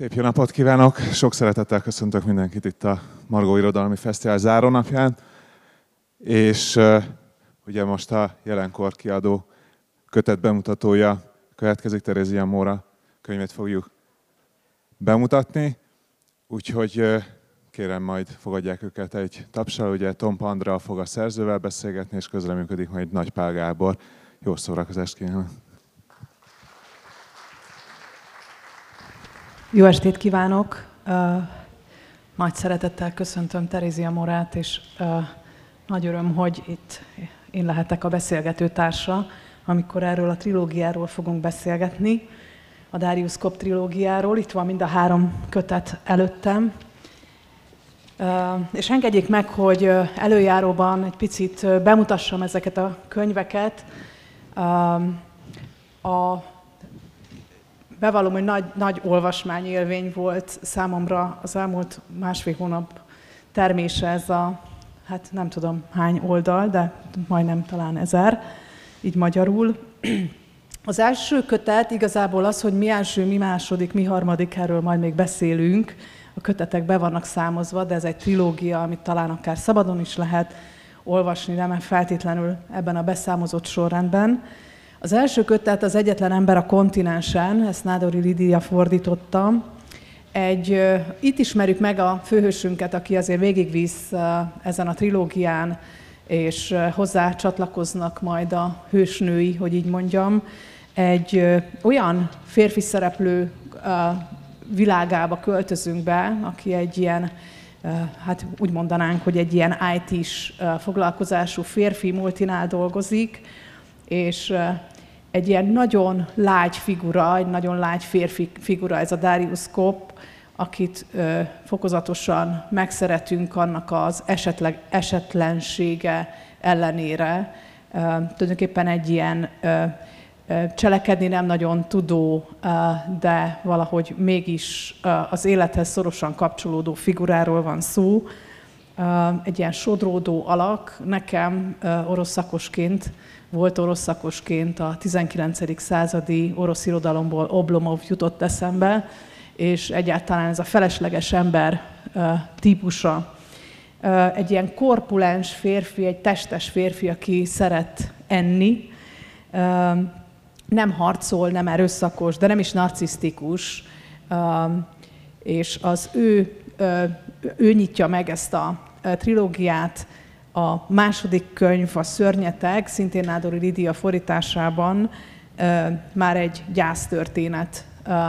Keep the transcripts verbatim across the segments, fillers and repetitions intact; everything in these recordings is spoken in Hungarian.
Szép jó napot kívánok! Sok szeretettel köszöntök mindenkit itt a Margó Irodalmi Fesztivál zárónapján. És uh, ugye most a Jelenkor kiadó kötet bemutatója következik, Terézia Móra könyvét fogjuk bemutatni. Úgyhogy uh, kérem, majd fogadják őket egy tapssal. Ugye Tompa Andrea fog a szerzővel beszélgetni, és közreműködik majd Nagy Pál Gábor. Jó szórakozást kívánok! Jó estét kívánok! Uh, nagy szeretettel köszöntöm Terézia Mórát, és uh, nagy öröm, hogy itt én lehetek a beszélgető társa, amikor erről a trilógiáról fogunk beszélgetni, a Darius Kopp trilógiáról. Itt van mind a három kötet előttem. Uh, és engedjék meg, hogy előjáróban egy picit bemutassam ezeket a könyveket. Uh, a Bevallom, hogy nagy, nagy olvasmányélvény volt számomra az elmúlt másfél hónap termése, ez a, hát nem tudom hány oldal, de majdnem talán ezer, így magyarul. Az első kötet igazából az, hogy mi első, mi második, mi harmadik, erről majd még beszélünk. A kötetek be vannak számozva, de ez egy trilógia, amit talán akár szabadon is lehet olvasni, de már feltétlenül ebben a beszámozott sorrendben. Az első kötet Az egyetlen ember a kontinensen, ezt Nádori Lidia fordította. Egy, itt ismerjük meg a főhősünket, aki azért végigvisz ezen a trilógián, és hozzá csatlakoznak majd a hősnői, hogy így mondjam. Egy olyan férfi szereplő világába költözünk be, aki egy ilyen, hát úgy mondanánk, hogy egy ilyen í té-s foglalkozású férfi multinál dolgozik, és egy ilyen nagyon lágy figura, egy nagyon lágy férfi figura ez a Darius Kopp, akit ö, fokozatosan megszeretünk annak az esetleg esetlensége ellenére. Ö, tulajdonképpen egy ilyen ö, ö, cselekedni nem nagyon tudó, ö, de valahogy mégis ö, az élethez szorosan kapcsolódó figuráról van szó. Ö, egy ilyen sodródó alak, nekem ö, orosz szakosként, volt orosz szakosként a tizenkilencedik századi orosz irodalomból Oblomov jutott eszembe, és egyáltalán ez a felesleges ember típusa. Egy ilyen korpulens férfi, egy testes férfi, aki szeret enni, nem harcol, nem erőszakos, de nem is narcisztikus, és az ő, ő nyitja meg ezt a trilógiát. A második könyv, a Szörnyeteg, szintén Nádori Lidia fordításában már egy gyásztörténet.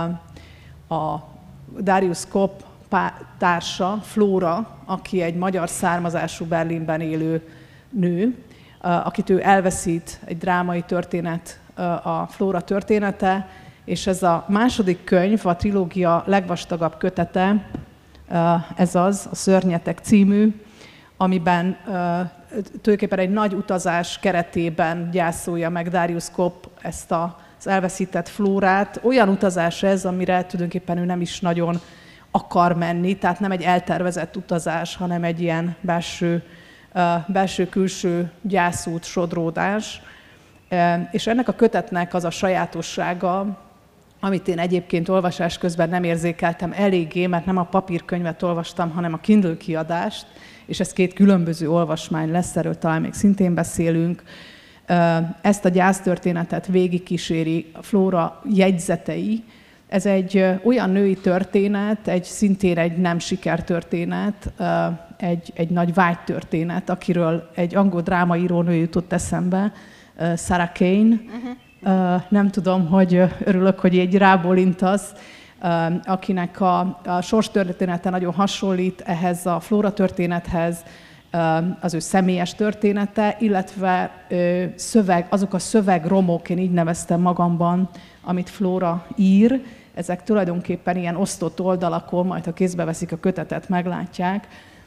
A Darius Kopp társa, Flóra, aki egy magyar származású Berlinben élő nő, akit ő elveszít, egy drámai történet, a Flóra története, és ez a második könyv, a trilógia legvastagabb kötete, ez az, a Szörnyeteg című, amiben uh, tulajdonképpen egy nagy utazás keretében gyászolja meg Darius Kopp ezt a, az elveszített Flórát. Olyan utazás ez, amire tulajdonképpen ő nem is nagyon akar menni, tehát nem egy eltervezett utazás, hanem egy ilyen belső, uh, belső-külső gyászút, sodródás. Uh, és ennek a kötetnek az a sajátossága, amit én egyébként olvasás közben nem érzékeltem eléggé, mert nem a papírkönyvet olvastam, hanem a Kindle kiadást, és ez két különböző olvasmány lesz, erről talán még szintén beszélünk. Ezt a gyásztörténetet végigkíséri a Flóra jegyzetei. Ez egy olyan női történet, egy szintén egy nem sikertörténet, egy, egy nagy vágytörténet, akiről egy angol drámaíró nő jutott eszembe, Sarah Kane. Uh-huh. Nem tudom, hogy örülök, hogy így rábólintasz, akinek a, a sorstörténete nagyon hasonlít ehhez a Flóra történethez, az ő személyes története, illetve szöveg, azok a szövegromok, én így neveztem magamban, amit Flóra ír, ezek tulajdonképpen ilyen osztott oldalakon, majd ha kézbe veszik a kötetet, meglátják,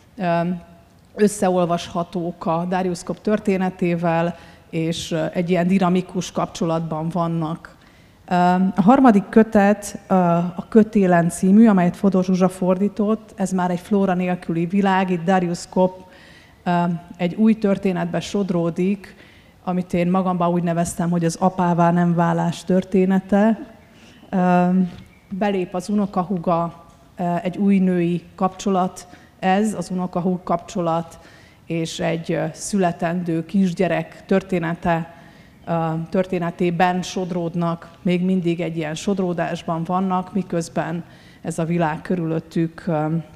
összeolvashatók a Darius Kopp történetével, és egy ilyen dinamikus kapcsolatban vannak. A harmadik kötet a Kötélen című, amelyet Fodor Zsuzsa fordított, ez már egy Flóra nélküli világ, itt Darius Kopp egy új történetbe sodródik, amit én magamban úgy neveztem, hogy az apává nem válás története. belép az unokahúga, egy új női kapcsolat ez, az unokahúg kapcsolat, és egy születendő kisgyerek története, történetében sodródnak, még mindig egy ilyen sodródásban vannak, miközben ez a világ körülöttük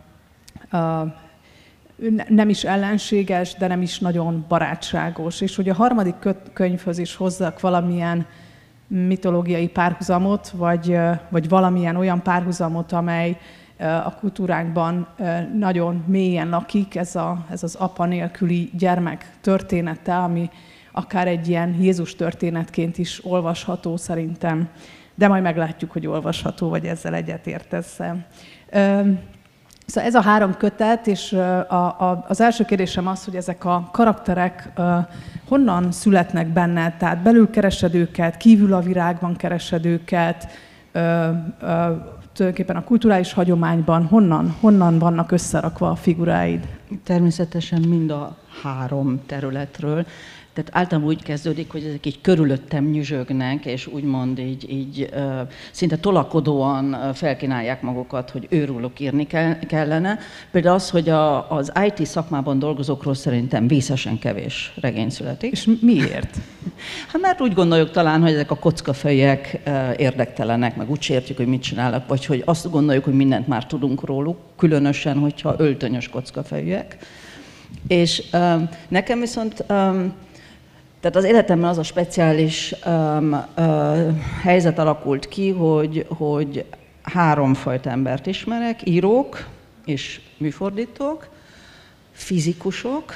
nem is ellenséges, de nem is nagyon barátságos. És hogy a harmadik könyvhöz is hozzak valamilyen mitológiai párhuzamot, vagy, vagy valamilyen olyan párhuzamot, amely a kultúránkban nagyon mélyen lakik, ez, a, ez az apa nélküli gyermek története, ami akár egy ilyen Jézus történetként is olvasható szerintem, de majd meglátjuk, hogy olvasható, vagy ezzel egyetértesz-e. Szóval ez a három kötet, és a, a, az első kérdésem az, hogy ezek a karakterek uh, honnan születnek benne, tehát belül keresed őket, kívül a virágban keresed őket, uh, uh, tulajdonképpen a kulturális hagyományban, honnan, honnan vannak összerakva a figuráid? Természetesen mind a három területről. Tehát általában úgy kezdődik, hogy ezek így körülöttem nyüzsögnek, és úgymond így, így uh, szinte tolakodóan felkínálják magukat, hogy őróluk írni kellene. Például az, hogy a, az i té szakmában dolgozókról szerintem vészesen kevés regény születik. És miért? Hát mert úgy gondoljuk talán, hogy ezek a kockafejek uh, érdektelenek, meg úgy értjük, hogy mit csinálnak, vagy hogy azt gondoljuk, hogy mindent már tudunk róluk, különösen, hogyha öltönyös kockafejűek. És um, nekem viszont um, Tehát az életemben az a speciális um, uh, helyzet alakult ki, hogy, hogy háromfajta embert ismerek, írók és műfordítók, fizikusok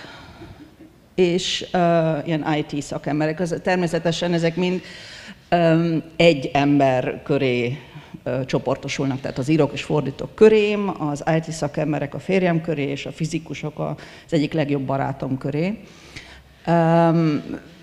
és uh, ilyen i té szakemberek. Az, természetesen ezek mind um, egy ember köré uh, csoportosulnak, tehát az írók és fordítók körém, az i té szakemberek a férjem köré, és a fizikusok az egyik legjobb barátom köré. Um,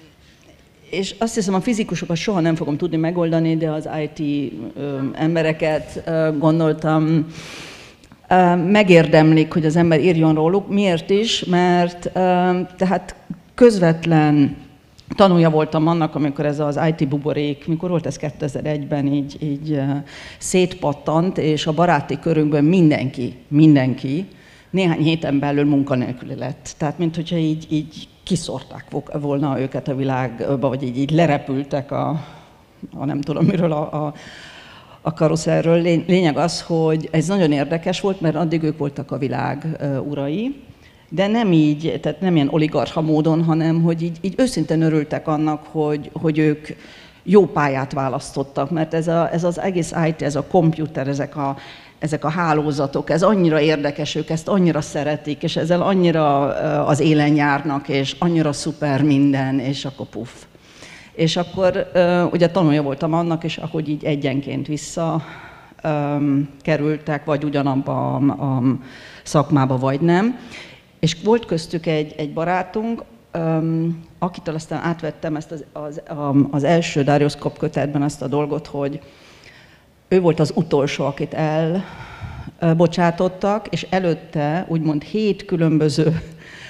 és azt hiszem, a fizikusokat soha nem fogom tudni megoldani, de az i té um, embereket uh, gondoltam, uh, megérdemlik, hogy az ember írjon róluk. Miért is? Mert uh, tehát közvetlen tanulja voltam annak, amikor ez az i té buborék, mikor volt ez kétezer-egyben, így, így uh, szétpattant, és a baráti körünkben mindenki, mindenki néhány héten belül munkanélküli lett. Tehát, mint hogyha így, így kiszórták volna őket a világba, vagy így, így lerepültek a, a nem tudom miről, a, a, a karuszerről. Lényeg az, hogy ez nagyon érdekes volt, mert addig ők voltak a világ urai, de nem így, tehát nem ilyen oligarcha módon, hanem hogy így, így őszintén örültek annak, hogy, hogy ők jó pályát választottak, mert ez, a, ez az egész i té, ez a komputer, ezek a ezek a hálózatok, ez annyira érdekes, ők ezt annyira szeretik, és ezzel annyira az élen járnak, és annyira szuper minden, és akkor puff. És akkor ugye tanulja voltam annak, és ahogy így egyenként vissza um, kerültek, vagy ugyanabba a, a szakmába, vagy nem. És volt köztük egy, egy barátunk, um, akitől aztán átvettem ezt az, az, az első Darioszkop kötetben azt a dolgot, hogy ő volt az utolsó, akit elbocsátottak, és előtte úgymond hét különböző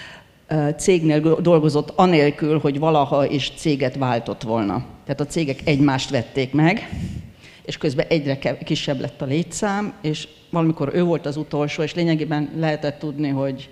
cégnél dolgozott anélkül, hogy valaha is céget váltott volna. Tehát a cégek egymást vették meg, és közben egyre kisebb lett a létszám, és valamikor ő volt az utolsó, és lényegében lehetett tudni, hogy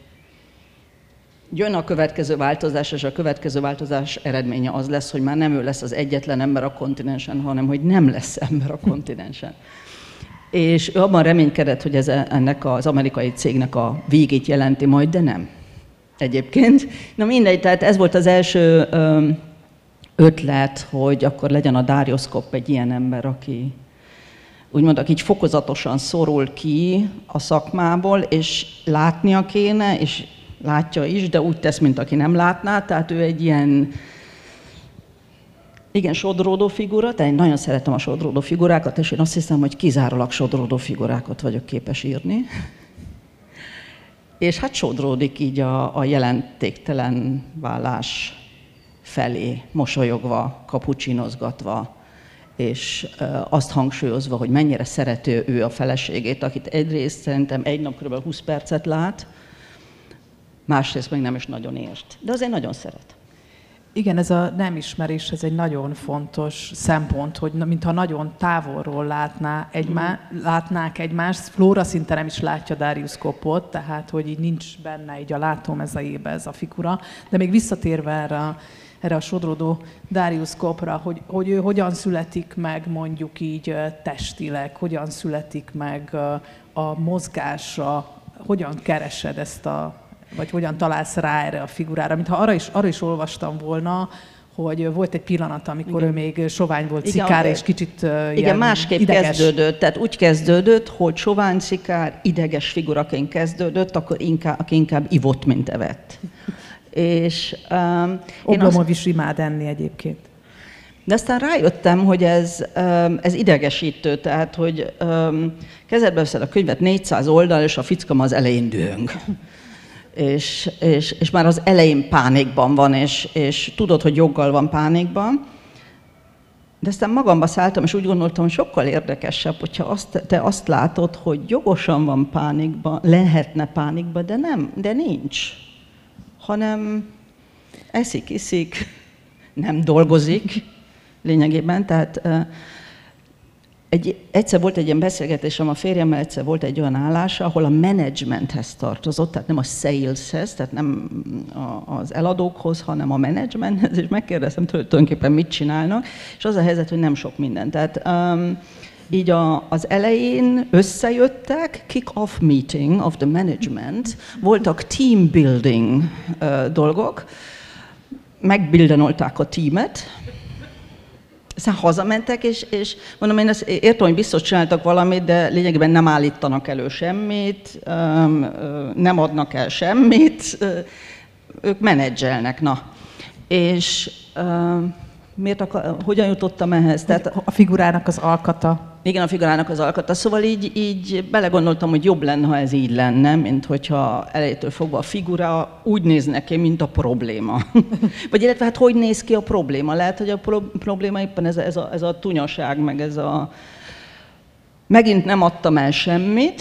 jön a következő változás, és a következő változás eredménye az lesz, hogy már nem ő lesz az egyetlen ember a kontinensen, hanem hogy nem lesz ember a kontinensen. És ő abban reménykedett, hogy ez ennek az amerikai cégnek a végét jelenti majd, de nem. Egyébként. Na mindegy, tehát ez volt az első ötlet, hogy akkor legyen a Darioszkop egy ilyen ember, aki úgymond, aki így fokozatosan szorul ki a szakmából, és látnia kéne, és látja is, de úgy tesz, mint aki nem látná, tehát ő egy ilyen, igen, sodródó figura, tehát én nagyon szeretem a sodródó figurákat, és én azt hiszem, hogy kizárólag sodródó figurákat vagyok képes írni. És hát sodródik így a, a jelentéktelen vállás felé, mosolyogva, kapucsinozgatva, és azt hangsúlyozva, hogy mennyire szerető ő a feleségét, akit egyrészt szerintem egy nap kb. húsz percet lát, másrészt meg nem is nagyon ért. De azért nagyon szeret. Igen, ez a nem ismerés, ez egy nagyon fontos szempont, hogy mintha nagyon távolról látná egymá, látnák egymást. Flóra szinte nem is látja Darius Koppot, tehát hogy így nincs benne így a látómezejébe ez a figura. De még visszatérve erre a, erre a sodródó Darius Koppra, hogy, hogy ő hogyan születik meg mondjuk így testileg, hogyan születik meg a mozgásra, hogyan keresed ezt a vagy hogyan találsz rá erre a figurára. Mintha arra is, arra is olvastam volna, hogy volt egy pillanat, amikor igen. ő még sovány volt, szikár, és kicsit uh, igen, másképp ideges. kezdődött. Tehát úgy kezdődött, hogy sovány, szikár, ideges figuraként kezdődött, akkor inkább, aki inkább ivott, mint evett. és um, Oblomovics imád enni egyébként. De aztán rájöttem, hogy ez, ez idegesítő, tehát, hogy um, kezedbe veszed a könyvet, négyszáz oldal, és a fickam az elején dühöng. És, és, és már az elején pánikban van, és, és tudod, hogy joggal van pánikban. De aztán magamba szálltam, és úgy gondoltam, hogy sokkal érdekesebb, hogyha azt, te azt látod, hogy jogosan van pánikban, lehetne pánikban, de nem, de nincs. Hanem eszik, iszik, nem dolgozik lényegében. Tehát Egy, egyszer volt egy ilyen beszélgetésem a férjemmel, egyszer volt egy olyan állása, ahol a menedzsmenthez tartozott, tehát nem a saleshez, tehát nem az eladókhoz, hanem a menedzsmenthez, és megkérdeztem tőle, hogy tulajdonképpen mit csinálnak, és az a helyzet, hogy nem sok minden. Tehát um, így a, az elején összejöttek, kick-off meeting of the management, voltak team building uh, dolgok, megbildenolták a teamet, aztán hazamentek, és, és mondom, én ezt értem, hogy biztos csináltak valamit, de lényegében nem állítanak elő semmit, nem adnak el semmit, ők menedzselnek, na. És miért akar, hogyan jutottam ehhez? Tehát, a figurának az alkata. Igen, a figurának az alkata. Szóval így, így belegondoltam, hogy jobb lenne, ha ez így lenne, mint hogyha elejétől fogva a figura úgy néz neki, mint a probléma. Vagy illetve hát hogy néz ki a probléma? Lehet, hogy a probléma éppen ez a, ez a, ez a tunyaság, meg ez a... Megint nem adtam el semmit,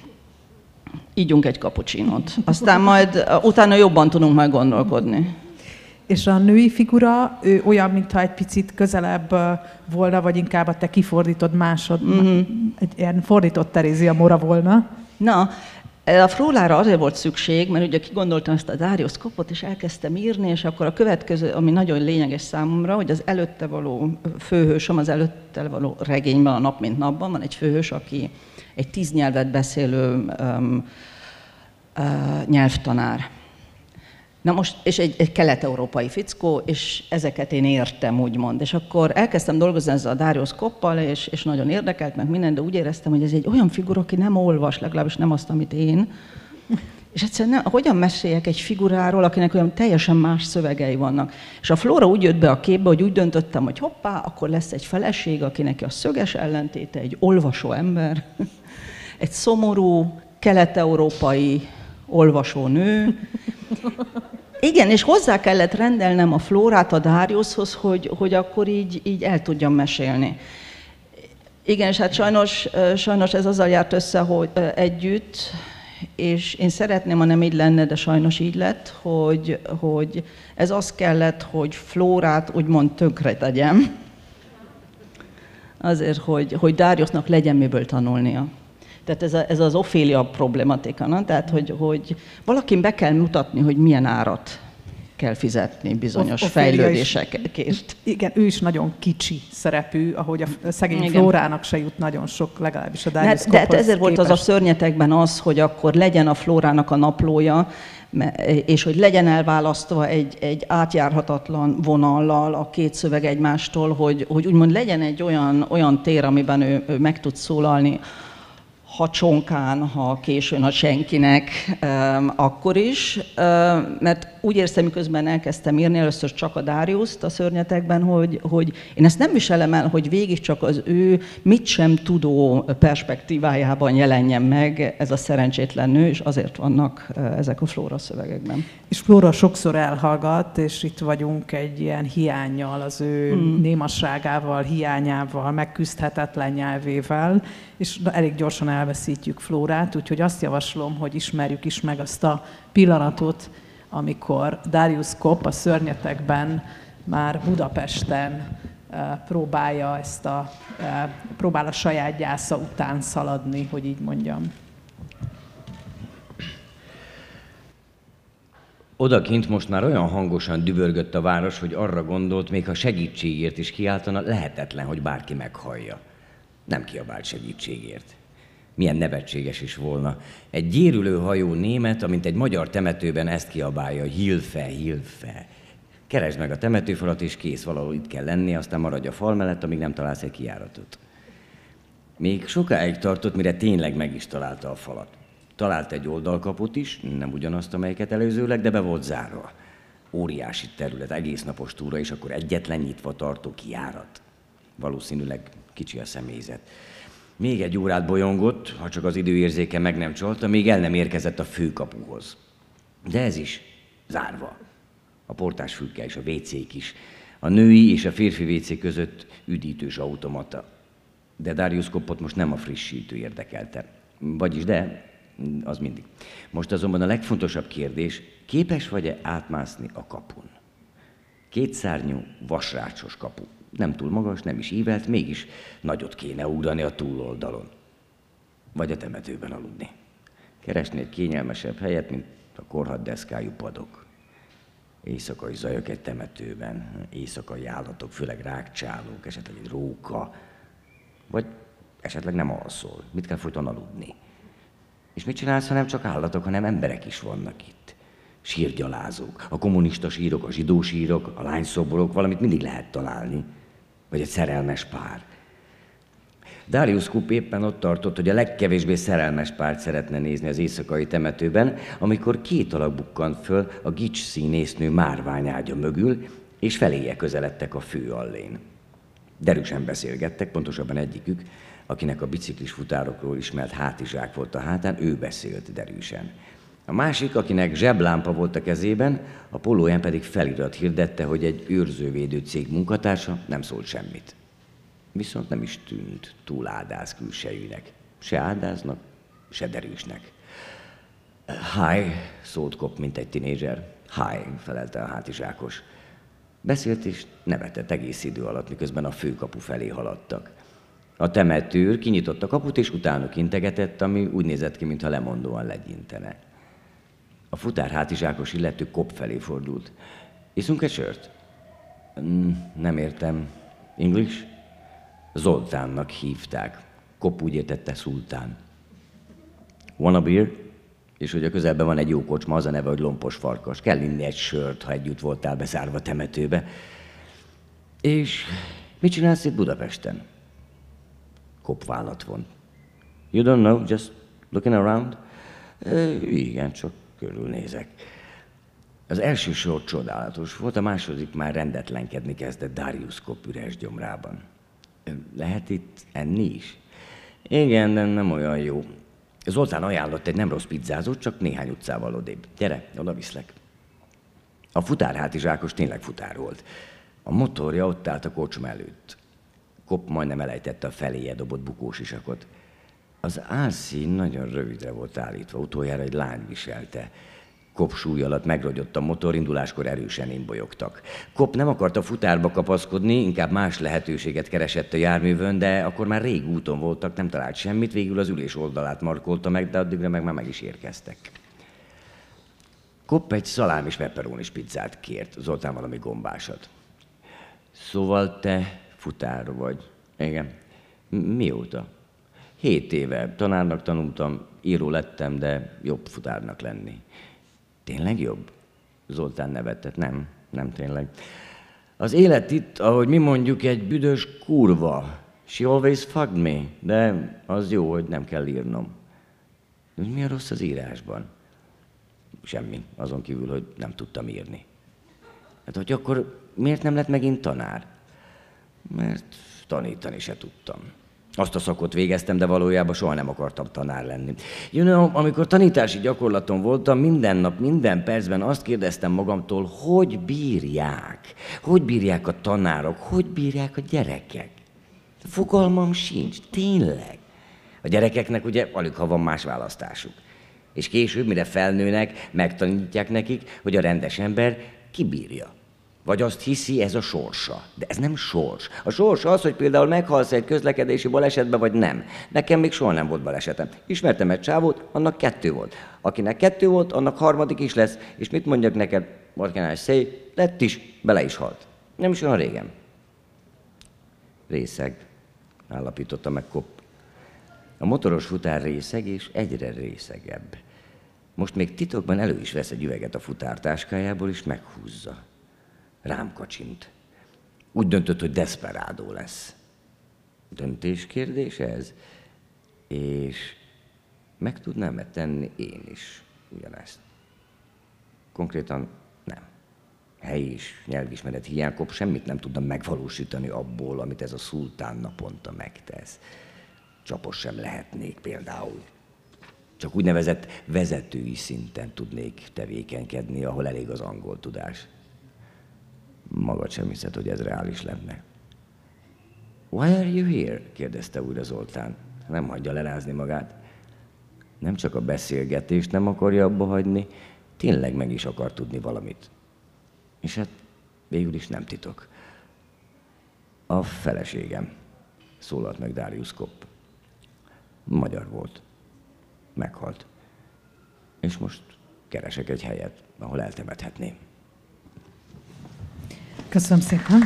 ígyunk egy kapucsinót. Aztán majd utána jobban tudunk majd gondolkodni. És a női figura ő olyan, mintha egy picit közelebb volna, vagy inkább a te kifordítod másod, mm-hmm. egy ilyen fordított Terézia Mora volna. Na, a Flórára azért volt szükség, mert ugye kigondoltam ezt a Darius Koppot, és elkezdtem írni, és akkor a következő, ami nagyon lényeges számomra, hogy az előtte való főhősöm, az előtte való regényben, a Nap mint napban van egy főhős, aki egy tíz nyelvet beszélő um, uh, nyelvtanár. Na most, és egy, egy kelet-európai fickó, és ezeket én értem, úgymond. És akkor elkezdtem dolgozni ezzel a Darius Koppal, és, és nagyon érdekelt meg minden, de úgy éreztem, hogy ez egy olyan figura, aki nem olvas, legalábbis nem azt, amit én. És egyszerűen nem, hogyan meséljek egy figuráról, akinek olyan teljesen más szövegei vannak. És a Flóra úgy jött be a képbe, hogy úgy döntöttem, hogy hoppá, akkor lesz egy feleség, akinek a szöges ellentéte, egy olvasó ember, egy szomorú, kelet-európai olvasó nő. Igen, és hozzá kellett rendelnem a Flórát a Dariushoz, hogy, hogy akkor így, így el tudjam mesélni. Igen, és hát sajnos, sajnos ez azzal járt össze, hogy együtt, és én szeretném, ha nem így lenne, de sajnos így lett, hogy, hogy ez az kellett, hogy Flórát úgymond tönkre tegyem, azért, hogy, hogy Dariusnak legyen miből tanulnia. Tehát ez, a, ez az Ophélia problematika, na? Tehát hogy, hogy valakin be kell mutatni, hogy milyen árat kell fizetni bizonyos fejlődésekért. Igen, ő is nagyon kicsi szerepű, ahogy a szegény igen. Flórának se jut nagyon sok, legalábbis a Darius Kopphoz De hát ezért volt az a Szörnyetekben az, hogy akkor legyen a Flórának a naplója, és hogy legyen elválasztva egy, egy átjárhatatlan vonallal a két szöveg egymástól, hogy, hogy úgymond legyen egy olyan, olyan tér, amiben ő, ő meg tud szólalni, ha csonkán, ha későn, ha senkinek, akkor is. Mert úgy érztem, miközben elkezdtem írni először csak a Dariust a Szörnyetekben, hogy, hogy én ezt nem viselem el, hogy végig csak az ő mit sem tudó perspektívájában jelenjen meg ez a szerencsétlen nő, és azért vannak ezek a Flóra szövegekben. És Flóra sokszor elhallgat, és itt vagyunk egy ilyen hiánnyal, az ő mm. némasságával, hiányával, megküzdhetetlen nyelvével, és elég gyorsan elveszítjük Flórát, úgyhogy azt javaslom, hogy ismerjük is meg azt a pillanatot, amikor Darius Kopp a Szörnyetekben már Budapesten próbálja ezt a, próbál a saját gyásza után szaladni, hogy így mondjam. Odakint most már olyan hangosan dübörgött a város, hogy arra gondolt, még ha segítségért is kiáltana, lehetetlen, hogy bárki meghallja. Nem kiabált segítségért. Milyen nevetséges is volna. Egy gyérülő hajó német, amint egy magyar temetőben ezt kiabálja, Hilfe, Hilfe. Keresd meg a temetőfalat, és kész, valahol itt kell lenni, aztán maradj a fal mellett, amíg nem találsz egy kijáratot. Még sokáig tartott, mire tényleg meg is találta a falat. Talált egy oldalkaput is, nem ugyanazt, amelyiket előzőleg, de be volt zárva. Óriási terület, egész napos túra, és akkor egyetlen nyitva tartó kijárat. Valószínűleg kicsi a személyzet. Még egy órát bolyongott, ha csak az időérzéke meg nem csalta, még el nem érkezett a főkapuhoz. De ez is zárva. A portásfülke és a vécék is. A női és a férfi vécé között üdítős automata. De Darius Koppot most nem a frissítő érdekelte. Vagyis de, az mindig. Most azonban a legfontosabb kérdés, képes vagy-e átmászni a kapun? Kétszárnyú, vasrácsos kapu. Nem túl magas, nem is ívelt, mégis nagyot kéne ugrani a túloldalon. Vagy a temetőben aludni. Keresni egy kényelmesebb helyet, mint a korhaddeszkájú padok. Éjszakai zajok egy temetőben, éjszakai állatok, főleg rákcsálók, esetleg egy róka. Vagy esetleg nem alszol. Mit kell folyton aludni? És mit csinálsz, ha nem csak állatok, hanem emberek is vannak itt? Sírgyalázók, a kommunista sírok, a zsidó sírok, a lányszoborok, valamit mindig lehet találni. Vagy egy szerelmes pár. Darius Kopp éppen ott tartott, hogy a legkevésbé szerelmes párt szeretne nézni az éjszakai temetőben, amikor két alak bukkant föl a gics színésznő márványágya mögül, és feléje közeledtek a fő allén. Derűsen beszélgettek, pontosabban egyikük, akinek a biciklis futárokról ismert hátizsák volt a hátán, ő beszélt derűsen. A másik, akinek zseblámpa volt a kezében, a pólóján pedig felirat hirdette, hogy egy őrzővédő cég munkatársa, nem szólt semmit. Viszont nem is tűnt túl áldáz külsejűnek. Se áldáznak, se derűsnek. Hi, szólt Kopp, mint egy tinédzser. Hi, felelte a hátizsákos. Beszélt és nevetett egész idő alatt, miközben a főkapu felé haladtak. A temetőr kinyitotta a kaput, és utánuk integetett, ami úgy nézett ki, mintha lemondóan legyintene. A futár hátizsákos illető Kopp felé fordult. Iszunk egy sört? Nem értem. English? Zoltánnak hívták. Kopp úgy értette, szultán. Want a beer? És hogy a közelben van egy jó kocsma, az a neve, hogy Lompos Farkas. Kell inni egy sört, ha együtt voltál bezárva temetőbe. És mit csinálsz itt Budapesten? Kopp vállat von. You don't know, just looking around? E, igen, csak körülnézek. Az első sor csodálatos volt, a második már rendetlenkedni kezdett Darius Kopp üres gyomrában. Lehet itt enni is? Igen, de nem olyan jó. Zoltán ajánlott egy nem rossz pizzázót, csak néhány utcával odébb. Gyere, oda viszlek. A futárhátizsákos tényleg futár volt. A motorja ott állt a kocsma előtt. Kopp majdnem elejtette a feléje dobott bukósisakot. Az álszín nagyon rövidre volt állítva, utoljára egy lány viselte. Kopp súly alatt megrogyott a motor, induláskor erősen imbolyogtak. Kopp nem akart a futárba kapaszkodni, inkább más lehetőséget keresett a járművön, de akkor már rég úton voltak, nem talált semmit, végül az ülés oldalát markolta meg, de addigra meg már meg is érkeztek. Kopp egy szalám és pepperonis pizzát kért, Zoltán valami gombásat. Szóval te futár vagy? Igen. Mióta? Hét éve. Tanárnak tanultam, író lettem, de jobb futárnak lenni. Tényleg jobb? Zoltán nevetett. Nem, nem tényleg. Az élet itt, ahogy mi mondjuk, egy büdös kurva. She always fucked me, de az jó, hogy nem kell írnom. Mi a rossz az írásban? Semmi, azon kívül, hogy nem tudtam írni. Hát, hogy akkor miért nem lett megint tanár? Mert tanítani se tudtam. Azt a szakot végeztem, de valójában soha nem akartam tanár lenni. You know, amikor tanítási gyakorlaton voltam, minden nap, minden percben azt kérdeztem magamtól, hogy bírják? Hogy bírják a tanárok? Hogy bírják a gyerekek? Fogalmam sincs, tényleg. A gyerekeknek ugye alig ha van más választásuk. És később, mire felnőnek, megtanítják nekik, hogy a rendes ember kibírja. Vagy azt hiszi, ez a sorsa. De ez nem sors. A sors az, hogy például meghalsz egy közlekedési balesetbe, vagy nem. Nekem még soha nem volt balesetem. Ismertem egy csávót, annak kettő volt. Akinek kettő volt, annak harmadik is lesz. És mit mondjak neked, what can I say? Lett is, bele is halt. Nem is olyan régen. Részeg, állapította meg Kopp. A motoros futár részeg, és egyre részegebb. Most még titokban elő is vesz egy üveget a futártáskájából, és meghúzza. Rám kacsint. Úgy döntött, hogy desperádó lesz. Döntés kérdése ez? És meg tudnám-e tenni én is ugyanezt? Konkrétan nem. Helyi és nyelvismeret hiány, semmit nem tudtam megvalósítani abból, amit ez a szultán naponta megtesz. Csapos sem lehetnék például. Csak úgynevezett vezetői szinten tudnék tevékenykedni, ahol elég az angol tudás. Magad sem hiszed, hogy ez reális lenne. Why are you here? Kérdezte újra Zoltán. Nem hagyja lerázni magát. Nem csak a beszélgetést nem akarja abba hagyni, tényleg meg is akar tudni valamit. És hát végül is nem titok. A feleségem, szólalt meg Darius Kopp. Magyar volt. Meghalt. És most keresek egy helyet, ahol eltemethetném. Köszönöm szépen.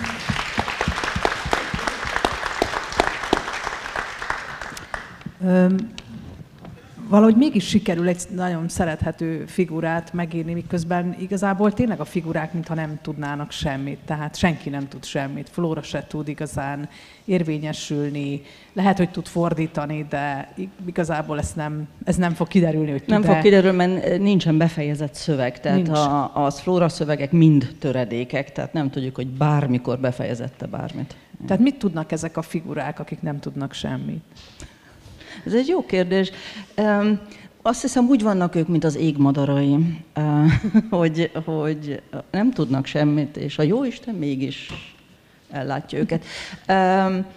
Öm, valahogy mégis sikerül egy nagyon szerethető figurát megírni, miközben igazából tényleg a figurák mintha nem tudnának semmit, tehát senki nem tud semmit. Flóra se tud igazán érvényesülni, lehet, hogy tud fordítani, de igazából ez nem, ez nem fog kiderülni, hogy tud. Nem fog kiderülni, mert nincsen befejezett szöveg, tehát a, a Flóra szövegek mind töredékek, tehát nem tudjuk, hogy bármikor befejezette bármit. Tehát mit tudnak ezek a figurák, akik nem tudnak semmit? Ez egy jó kérdés. Um, azt hiszem, úgy vannak ők, mint az égmadarai, uh, hogy, hogy nem tudnak semmit, és a Jóisten mégis ellátja őket. Um,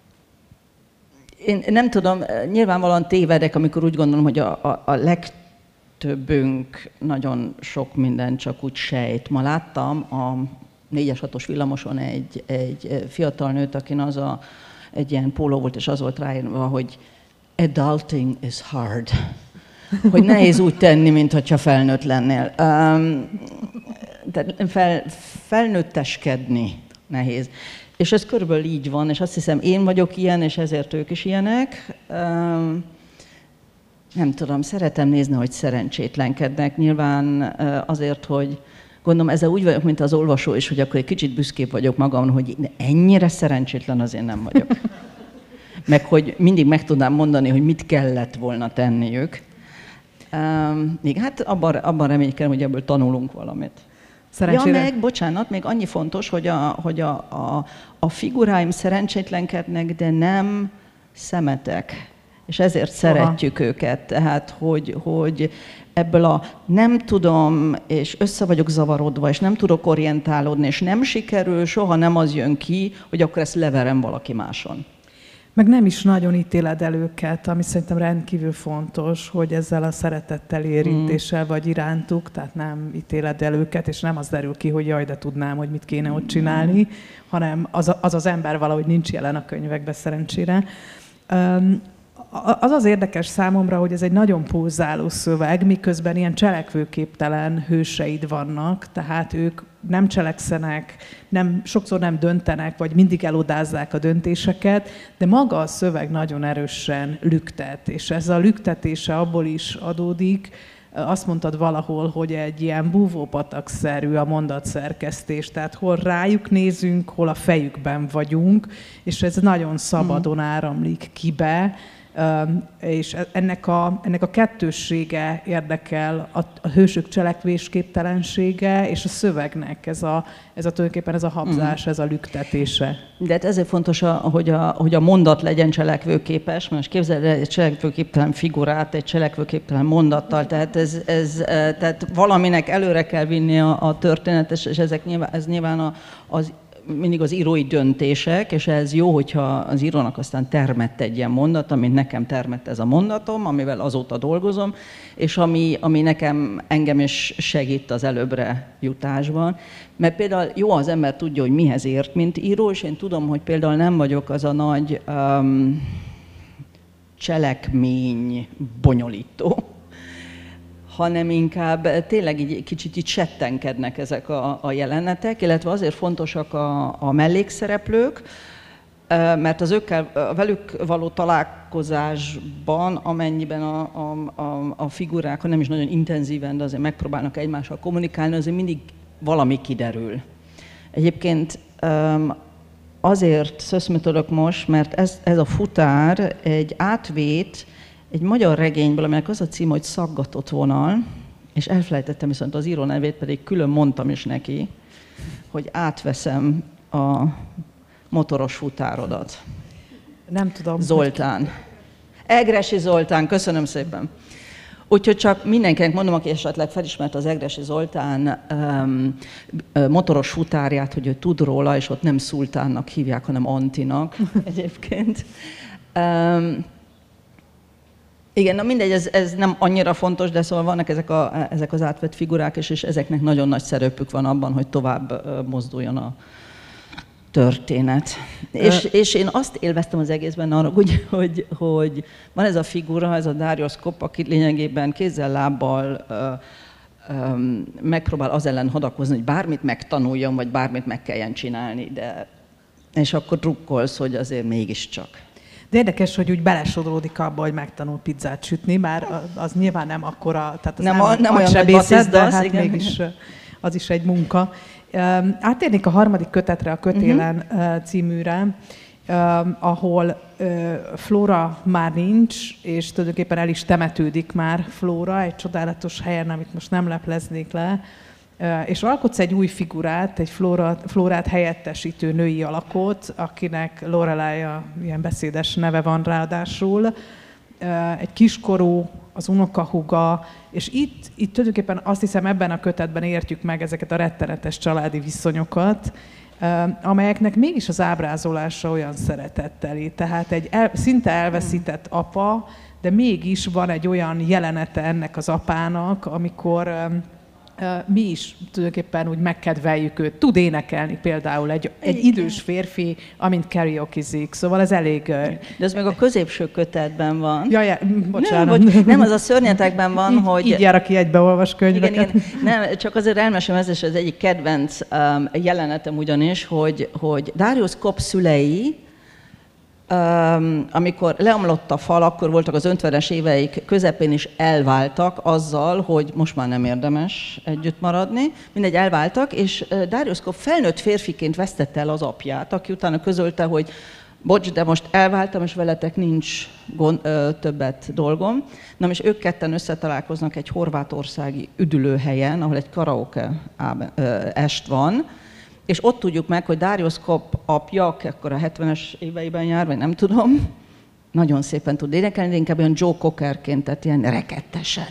én nem tudom, nyilvánvalóan tévedek, amikor úgy gondolom, hogy a, a, a legtöbbünk nagyon sok mindent csak úgy sejt. Ma láttam a négyes hatos villamoson egy, egy fiatal nőt, akin az a, egy ilyen póló volt, és az volt ráírva, hogy adulting is hard. Hogy nehéz úgy tenni, mintha felnőtt lennél. Um, tehát fel, felnőtteskedni nehéz. És ez körülbelül így van, és azt hiszem, én vagyok ilyen, és ezért ők is ilyenek. Um, nem tudom, szeretem nézni, hogy szerencsétlenkednek. Nyilván azért, hogy gondolom, ezzel úgy vagyok, mint az olvasó is, hogy akkor egy kicsit büszkébb vagyok magamon, hogy ennyire szerencsétlen azért nem vagyok. Meg hogy mindig meg tudnám mondani, hogy mit kellett volna tenniük. Um, még hát abban, abban reménykedem, hogy ebből tanulunk valamit. Szerencsére. Ja, meg, bocsánat, még annyi fontos, hogy a, hogy a, a, a figuráim szerencsétlenkednek, de nem szemetek. És ezért szeretjük Aha. őket. Tehát, hogy, hogy ebből a nem tudom, és össze vagyok zavarodva, és nem tudok orientálódni, és nem sikerül, soha nem az jön ki, hogy akkor ezt leverem valaki máson. Meg nem is nagyon ítéled el őket, ami szerintem rendkívül fontos, hogy ezzel a szeretettel, érintéssel vagy irántuk, tehát nem ítéled el őket, és nem az derül ki, hogy jaj, de tudnám, hogy mit kéne ott csinálni, hanem az az, az ember valahogy nincs jelen a könyvekben szerencsére. Az az érdekes számomra, hogy ez egy nagyon pulzáló szöveg, miközben ilyen cselekvőképtelen hőseid vannak, tehát ők nem cselekszenek, nem, sokszor nem döntenek, vagy mindig elodázzák a döntéseket, de maga a szöveg nagyon erősen lüktet, és ez a lüktetése abból is adódik, azt mondtad valahol, hogy egy ilyen búvópatak-szerű a mondatszerkesztés, tehát hol rájuk nézünk, hol a fejükben vagyunk, és ez nagyon szabadon áramlik kibe, és ennek a, ennek a kettőssége érdekel, a, a hősök cselekvésképtelensége, és a szövegnek ez a, ez a tulajdonképpen ez a habzás, ez a lüktetése. De hát ezért fontos, a, hogy, a, hogy a mondat legyen cselekvőképes, most képzeld el egy cselekvőképtelen figurát, egy cselekvőképtelen mondattal, tehát, ez, ez, tehát valaminek előre kell vinni a, a történet, és ezek nyilván, ez nyilván a, az mindig az írói döntések, és ez jó, hogyha az írónak aztán termett egy ilyen mondat, amit nekem termett ez a mondatom, amivel azóta dolgozom, és ami, ami nekem engem is segít az előbbre jutásban. Mert például jó, az ember tudja, hogy mihez ért, mint író, és én tudom, hogy például nem vagyok az a nagy um, cselekmény bonyolító, hanem inkább tényleg így kicsit így settenkednek ezek a, a jelenetek, illetve azért fontosak a, a mellékszereplők, mert az őkkel, a velük való találkozásban, amennyiben a, a, a, a figurák, ha nem is nagyon intenzíven, de azért megpróbálnak egymással kommunikálni, azért mindig valami kiderül. Egyébként azért szöszmötölök most, mert ez, ez a futár egy átvét egy magyar regényből, aminek az a cím, hogy Szaggatott vonal, és elfelejtettem viszont az író nevét, pedig külön mondtam is neki, hogy átveszem a motoros futárodat. Nem tudom. Zoltán. Egressy Zoltán, köszönöm szépen. Úgyhogy csak mindenkinek mondom, aki esetleg felismert az Egressy Zoltán um, motoros futárját, hogy ő tud róla, és ott nem Szultánnak hívják, hanem Antinak egyébként. Um, Igen, na mindegy, ez, ez nem annyira fontos, de szóval vannak ezek, a, ezek az átvett figurák, és, és ezeknek nagyon nagy szerepük van abban, hogy tovább mozduljon a történet. És, és én azt élveztem az egészben arra, hogy, hogy, hogy van ez a figura, ez a Darius Kopp, aki lényegében kézzel-lábbal megpróbál az ellen hadakozni, hogy bármit megtanuljon, vagy bármit meg kelljen csinálni, de és akkor drukkolsz, hogy azért mégiscsak. De érdekes, hogy úgy belesodródik abba, hogy megtanul pizzát sütni, már az nyilván nem akkora, tehát az nem, nem, a, nem olyan sebészet, de hát igen. mégis az is egy munka. Átérnék a harmadik kötetre, a Kötélen uh-huh. címűre, ahol Flóra már nincs, és tulajdonképpen el is temetődik már Flóra, egy csodálatos helyen, amit most nem lepleznék le, és alkotsz egy új figurát, egy Flóra, Flórát helyettesítő női alakot, akinek Lorelei, ilyen beszédes neve van ráadásul, egy kiskorú, az unokahúga, és itt, itt tulajdonképpen azt hiszem ebben a kötetben értjük meg ezeket a rettenetes családi viszonyokat, amelyeknek mégis az ábrázolása olyan szeretetteli. Tehát egy el, szinte elveszített apa, de mégis van egy olyan jelenete ennek az apának, amikor mi is tulajdonképpen úgy megkedveljük őt. Tud énekelni például egy, egy idős férfi, amint karaoke-zik, szóval ez elég... De ez meg a középső kötetben van. Ja, ja, bocsánat. Nem, vagy, nem, az a Szörnyetekben van, így, hogy... Így jár, aki egybeolvas könyveket. Igen, igen. Nem, csak azért elmesem, ez is az egyik kedvenc um, jelenetem ugyanis, hogy, hogy Darius Kopp szülei, Um, amikor leomlott a fal, akkor voltak az ötvenes éveik közepén is elváltak azzal, hogy most már nem érdemes együtt maradni. Mindegy, elváltak, és Darius Kopp felnőtt férfiként vesztette el az apját, aki utána közölte, hogy bocs, de most elváltam, és veletek nincs gond, ö, többet dolgom. Na, és ők ketten összetalálkoznak egy horvátországi üdülőhelyen, ahol egy karaoke est van, és ott tudjuk meg, hogy Darius Kopp apja, aki akkor a hetvenes éveiben jár, vagy nem tudom, nagyon szépen tud énekelni, de inkább olyan Joe Cockerként, tehát ilyen rekettesen.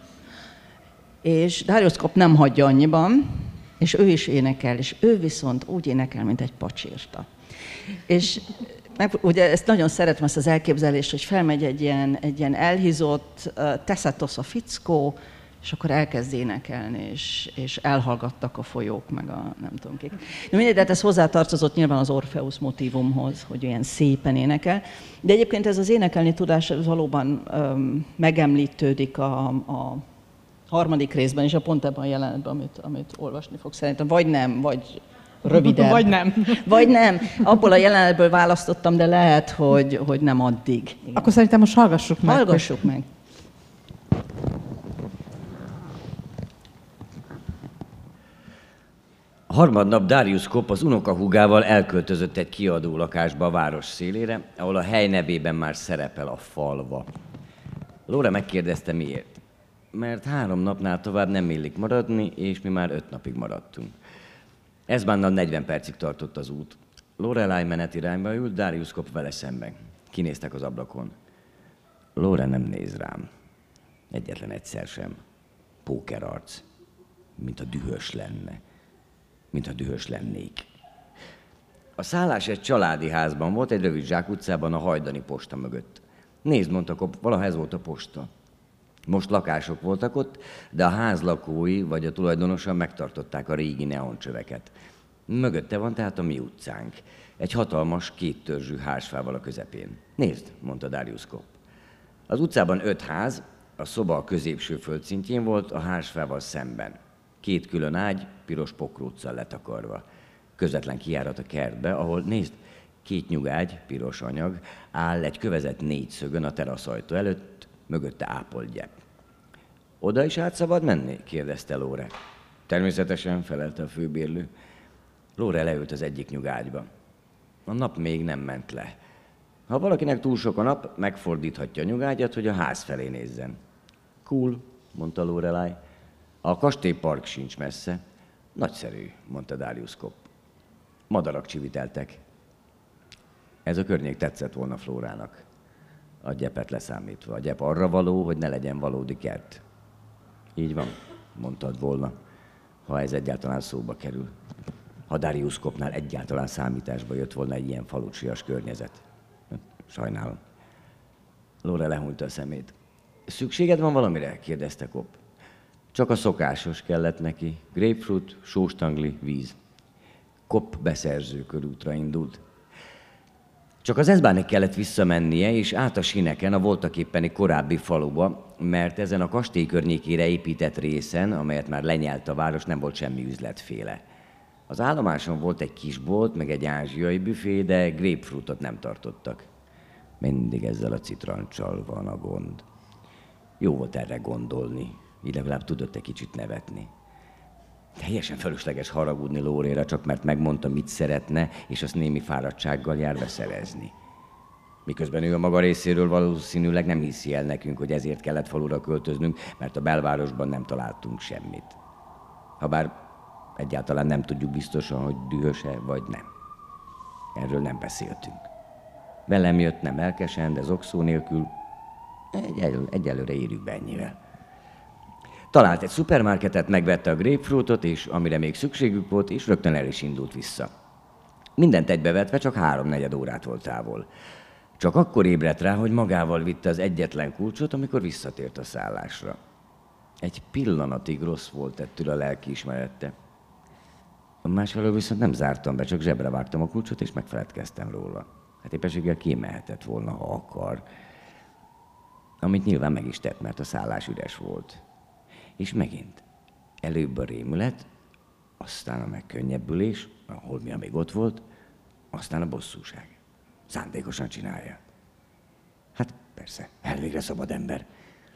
És Darius Kopp nem hagyja annyiban, és ő is énekel, és ő viszont úgy énekel, mint egy pacsirta. És meg, ugye ezt nagyon szeretem, ezt az elképzelést, hogy felmegy egy ilyen, egy ilyen elhízott, uh, teszetosz a fickó, és akkor elkezd énekelni, és, és elhallgattak a folyók, meg a nem tudom kik. De mindegy, de hát ez hozzátartozott nyilván az Orpheus motívumhoz, hogy olyan szépen énekel. De egyébként ez az énekelni tudás valóban um, megemlítődik a, a harmadik részben, és a pont ebben a jelenetben, amit, amit olvasni fog szerintem. Vagy nem, vagy rövidebb. Vagy nem. Vagy nem. Abból a jelenetből választottam, de lehet, hogy, hogy nem addig. Igen. Akkor szerintem most hallgassuk meg. Hallgassuk hogy... meg. Harmadnap Darius Kopp az unokahúgával elköltözött egy kiadó lakásba a város szélére, ahol a hely nevében már szerepel a falva. Laura megkérdezte miért. Mert három napnál tovább nem illik maradni, és mi már öt napig maradtunk. Ezbánnal negyven percig tartott az út. Lorelei menetirányba ült, Darius Kopp vele szemben. Kinéztek az ablakon. Laura nem néz rám. Egyetlen egyszer sem. Pókerarc. Mint a dühös lenne. Mintha dühös lennék. A szállás egy családi házban volt, egy rövid zsákutcában, a Hajdani posta mögött. Nézd, mondta Kopp, valaha ez volt a posta. Most lakások voltak ott, de a ház lakói vagy a tulajdonosa megtartották a régi neoncsöveket. Mögötte van tehát a mi utcánk. Egy hatalmas, kéttörzsű házfával a közepén. Nézd, mondta Darius Kopp. Az utcában öt ház, a szoba a középső földszintjén volt, a házfával szemben. Két külön ágy, piros pokróccal letakarva. Közvetlen kijárat a kertbe, ahol, nézd, két nyugágy, piros anyag, áll egy kövezett négyszögön a teraszajtó előtt, mögötte ápolt gyep. Oda is át szabad menni? Kérdezte Lóre. Természetesen, felelte a főbérlő. Lóre leült az egyik nyugágyba. A nap még nem ment le. Ha valakinek túl sok a nap, megfordíthatja a nyugágyat, hogy a ház felé nézzen. Cool, mondta Lórelai. A kastélypark sincs messze. Nagyszerű, mondta Darius Kopp. Madarak csiviteltek. Ez a környék tetszett volna Flórának. A gyepet leszámítva. A gyep arra való, hogy ne legyen valódi kert. Így van, mondtad volna, ha ez egyáltalán szóba kerül. Ha Darius Koppnál egyáltalán számításba jött volna egy ilyen falucsias környezet. Sajnálom. Lóra lehúnyta a szemét. Szükséged van valamire? Kérdezte Kopp. Csak a szokásos kellett neki. Grapefruit, sóstangli, víz. Kopp beszerző körútra indult. Csak az Eszbánig kellett visszamennie, és át a sineken a voltaképpeni korábbi faluba, mert ezen a kastély környékére épített részen, amelyet már lenyelt a város, nem volt semmi üzletféle. Az állomáson volt egy kisbolt, meg egy ázsiai büfé, de grapefruitot nem tartottak. Mindig ezzel a citrancsal van a gond. Jó volt erre gondolni, így legalább tudott egy kicsit nevetni. Teljesen fölösleges haragudni Lóréra, csak mert megmondta, mit szeretne, és azt némi fáradtsággal jár beszerezni. Miközben ő a maga részéről valószínűleg nem hiszi el nekünk, hogy ezért kellett falura költöznünk, mert a belvárosban nem találtunk semmit. Habár egyáltalán nem tudjuk biztosan, hogy dühös-e vagy nem. Erről nem beszéltünk. Velem jött nem elkesen, de zokszó nélkül. Egy, egyelőre írjuk be ennyivel. Talált egy szupermarketet, megvette a grapefruitot, és amire még szükségük volt, és rögtön el is indult vissza. Mindent egybevetve csak háromnegyed órát volt távol. Csak akkor ébredt rá, hogy magával vitte az egyetlen kulcsot, amikor visszatért a szállásra. Egy pillanatig rossz volt ettől a lelkiismerete. Másfelől viszont nem zártam be, csak zsebre vágtam a kulcsot, és megfeledkeztem róla. Hát éppenséggel kimehetett volna, ha akar. Amit nyilván meg is tett, mert a szállás üres volt. És megint, előbb a rémület, aztán a megkönnyebbülés, ahol mi még ott volt, aztán a bosszúság. Szándékosan csinálja. Hát persze, elvégre szabad ember.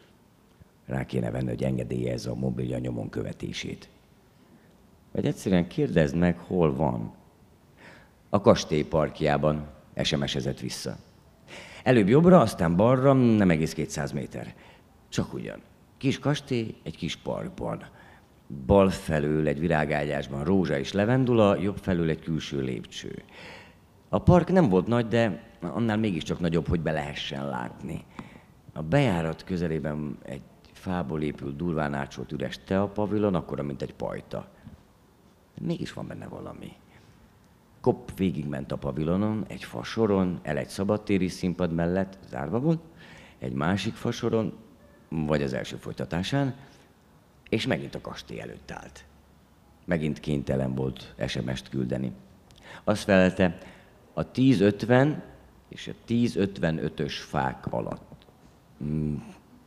Rá kéne venni, hogy engedélyezze a mobilja nyomon követését. Vagy egyszerűen kérdezd meg, hol van. A kastély parkjában es em es-ezett vissza. Előbb jobbra, aztán balra, nem egész kétszáz méter. Csak ugyan. Kis kastély egy kis parkban. Bal felől egy virágágyásban rózsa és levendula, jobb felől egy külső lépcső. A park nem volt nagy, de annál mégiscsak nagyobb, hogy be lehessen látni. A bejárat közelében egy fából épült, durván ácsolt üres teapavilon, akkora, mint egy pajta. Mégis van benne valami. Kopp végigment a pavilonon, egy fasoron, el egy szabadtéri színpad mellett, zárva volt, egy másik fasoron, vagy az első folytatásán, és megint a kastély előtt állt. Megint kénytelen volt es em est küldeni. Azt felelte, a tíz ötven és a tíz ötvenötös fák alatt. Hmm.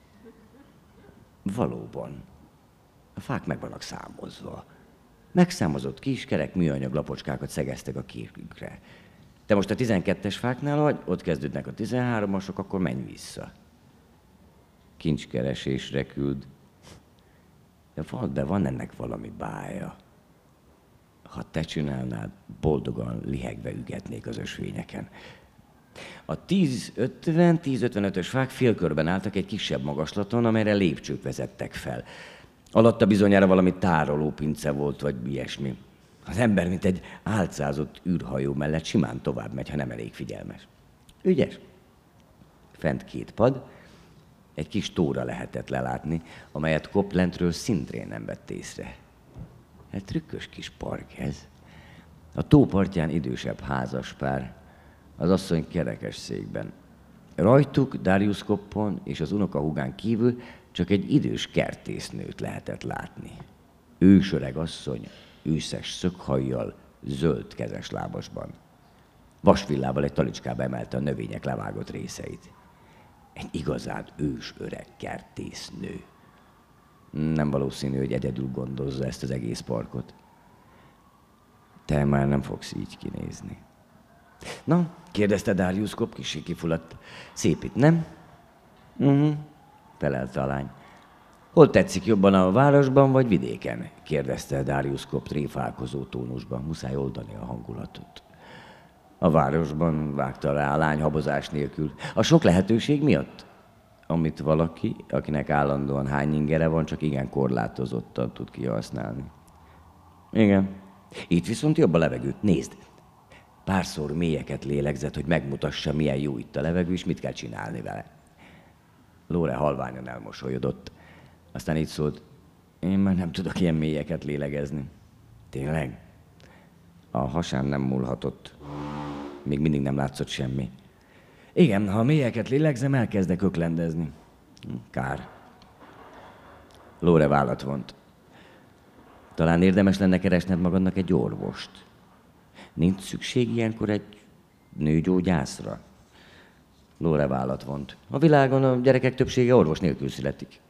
Valóban. A fák meg vannak számozva. Megszámozott kis, kerek műanyag lapocskákat szegeztek a képükre. Te most a tizenkettes fáknál vagy, ott kezdődnek a tizenháromasok, akkor menj vissza. Kincskeresésre küld. De van, de van ennek valami bája. Ha te csinálnád, boldogan lihegve ügetnék az ösvényeken. A tíz ötven tíz ötvenötös fák félkörben álltak egy kisebb magaslaton, amelyre lépcsők vezettek fel. Alatta bizonyára valami tárolópince volt, vagy ilyesmi. Az ember, mint egy álcázott űrhajó mellett simán tovább megy, ha nem elég figyelmes. Ügyes? Fent két pad, egy kis tóra lehetett lelátni, amelyet Kopp lentről szintén nem vett észre. Hát trükkös kis park ez. A tó partján idősebb házaspár, az asszony kerekes székben. Rajtuk Darius Koppon és az unokahúgán kívül csak egy idős kertésznőt lehetett látni. Ősöreg asszony, őszes szökhajjal, zöld kezes lábasban. Vasvillával egy talicskába emelte a növények levágott részeit. Egy igazán ős öreg kertésznő. Nem valószínű, hogy egyedül gondozza ezt az egész parkot. Te már nem fogsz így kinézni. Na, kérdezte Darius Kopp, kissé kifulladt. Szép itt, nem? Uh-huh, felelte a lány. Hol tetszik jobban, a városban vagy vidéken? Kérdezte Darius Kopp tréfálkozó tónusban. Muszáj oldani a hangulatot. A városban, vágta rá a lány habozás nélkül. A sok lehetőség miatt? Amit valaki, akinek állandóan hány ingere van, csak igen korlátozottan tud kihasználni. Igen. Itt viszont jobb a levegő. Nézd! Párszor mélyeket lélegzett, hogy megmutassa, milyen jó itt a levegő, és mit kell csinálni vele. Lore halványan elmosolyodott. Aztán így szólt, én már nem tudok ilyen mélyeket lélegezni. Tényleg? A hasán nem múlhatott. Még mindig nem látszott semmi. Igen, ha mélyeket lélegzem, elkezdek öklendezni. Kár. Lore vállat vont. Talán érdemes lenne keresned magadnak egy orvost. Nincs szükség ilyenkor egy nőgyógyászra? Lore vállat vont. A világon a gyerekek többsége orvos nélkül születik.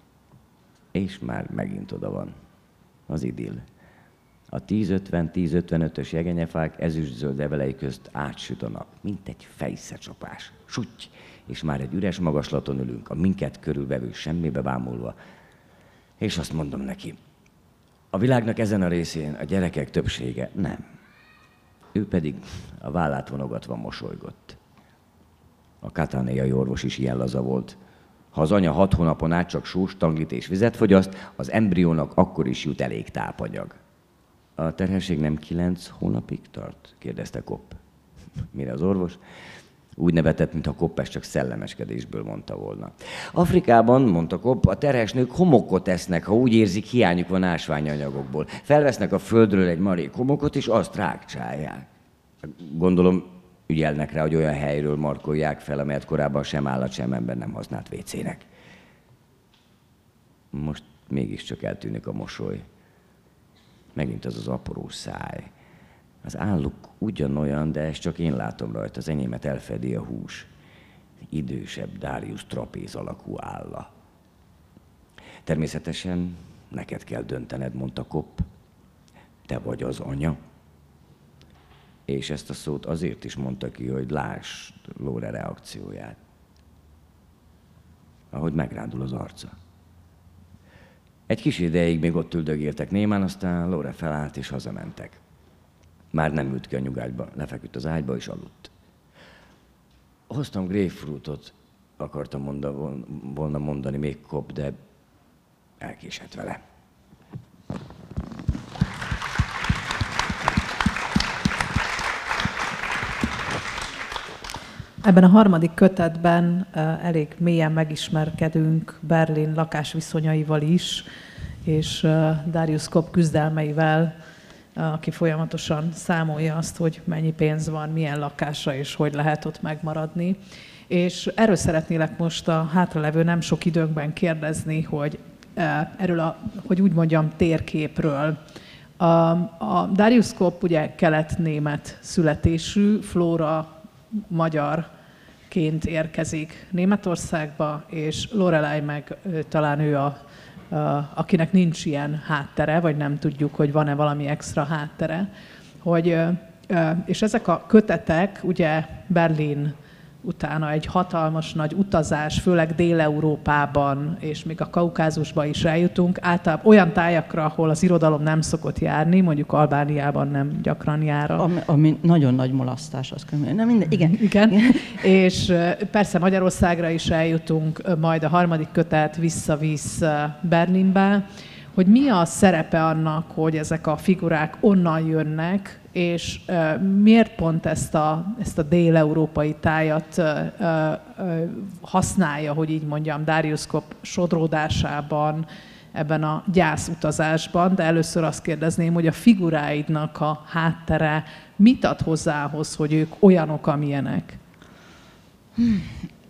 És már megint oda van. Az idill. A tíz ötven tíz ötvenötös jegenyefák ezüstzöld evelei közt átsüt a nap, mint egy fejszecsapás. Sutty! És már egy üres magaslaton ülünk, a minket körülvevő semmibe bámulva. És azt mondom neki, a világnak ezen a részén a gyerekek többsége nem. Ő pedig a vállát vonogatva mosolygott. A katanéai orvos is ilyen laza volt. Ha az anya hat hónapon át csak sós, tanglit és vizet fogyaszt, az embriónak akkor is jut elég tápanyag. A terhesség nem kilenc hónapig tart? Kérdezte Kopp. Mire az orvos? Úgy nevetett, mintha Kopp ezt csak szellemeskedésből mondta volna. Afrikában, mondta Kopp, a terhes nők homokot esznek, ha úgy érzik, hiányuk van ásványanyagokból. Felvesznek a földről egy marék homokot, és azt rákcsálják. Gondolom, ügyelnek rá, hogy olyan helyről markolják fel, amelyet korábban sem állat, sem ember nem használt vécének. Most mégiscsak eltűnik a mosoly. Megint az az apró száj. Az álluk ugyanolyan, de ezt csak én látom rajta, az enyémet elfedi a hús. Idősebb Darius trapéz alakú álla. Természetesen neked kell döntened, mondta Kopp. Te vagy az anya. És ezt a szót azért is mondta ki, hogy lásd Lore reakcióját. Ahogy megrándul az arca. Egy kis ideig még ott üldögéltek némán, aztán Lore felállt és hazamentek. Már nem ült ki a nyugágyba, lefeküdt az ágyba és aludt. Hoztam grapefruitot, akartam monda, volna mondani még Kopp, de elkésett vele. Ebben a harmadik kötetben uh, elég mélyen megismerkedünk Berlin lakásviszonyaival is, és uh, Darius Kopp küzdelmeivel, uh, aki folyamatosan számolja azt, hogy mennyi pénz van, milyen lakásra és hogy lehet ott megmaradni. És erről szeretnélek most a hátralevő nem sok időnkben kérdezni, hogy uh, erről a, hogy úgy mondjam, térképről. A, a Darius Kopp ugye kelet-német születésű, Flóra magyarként érkezik Németországba, és Lorelei meg talán ő, a, a, akinek nincs ilyen háttere, vagy nem tudjuk, hogy van-e valami extra háttere. Hogy, és ezek a kötetek, ugye Berlin utána egy hatalmas nagy utazás, főleg Dél-Európában, és még a Kaukázusba is eljutunk, általában olyan tájakra, ahol az irodalom nem szokott járni, mondjuk Albániában nem gyakran jár. Ami, ami nagyon nagy mulasztás, azt kell nem minden, igen. igen. És persze Magyarországra is eljutunk, majd a harmadik kötet visszavisz Berlinbe, hogy mi a szerepe annak, hogy ezek a figurák onnan jönnek, és uh, miért pont ezt a, ezt a dél-európai tájat uh, uh, használja, hogy így mondjam, Darius Kopp sodródásában, ebben a gyászutazásban, de először azt kérdezném, hogy a figuráidnak a háttere mit ad hozzához, hogy ők olyanok, amilyenek? Hmm.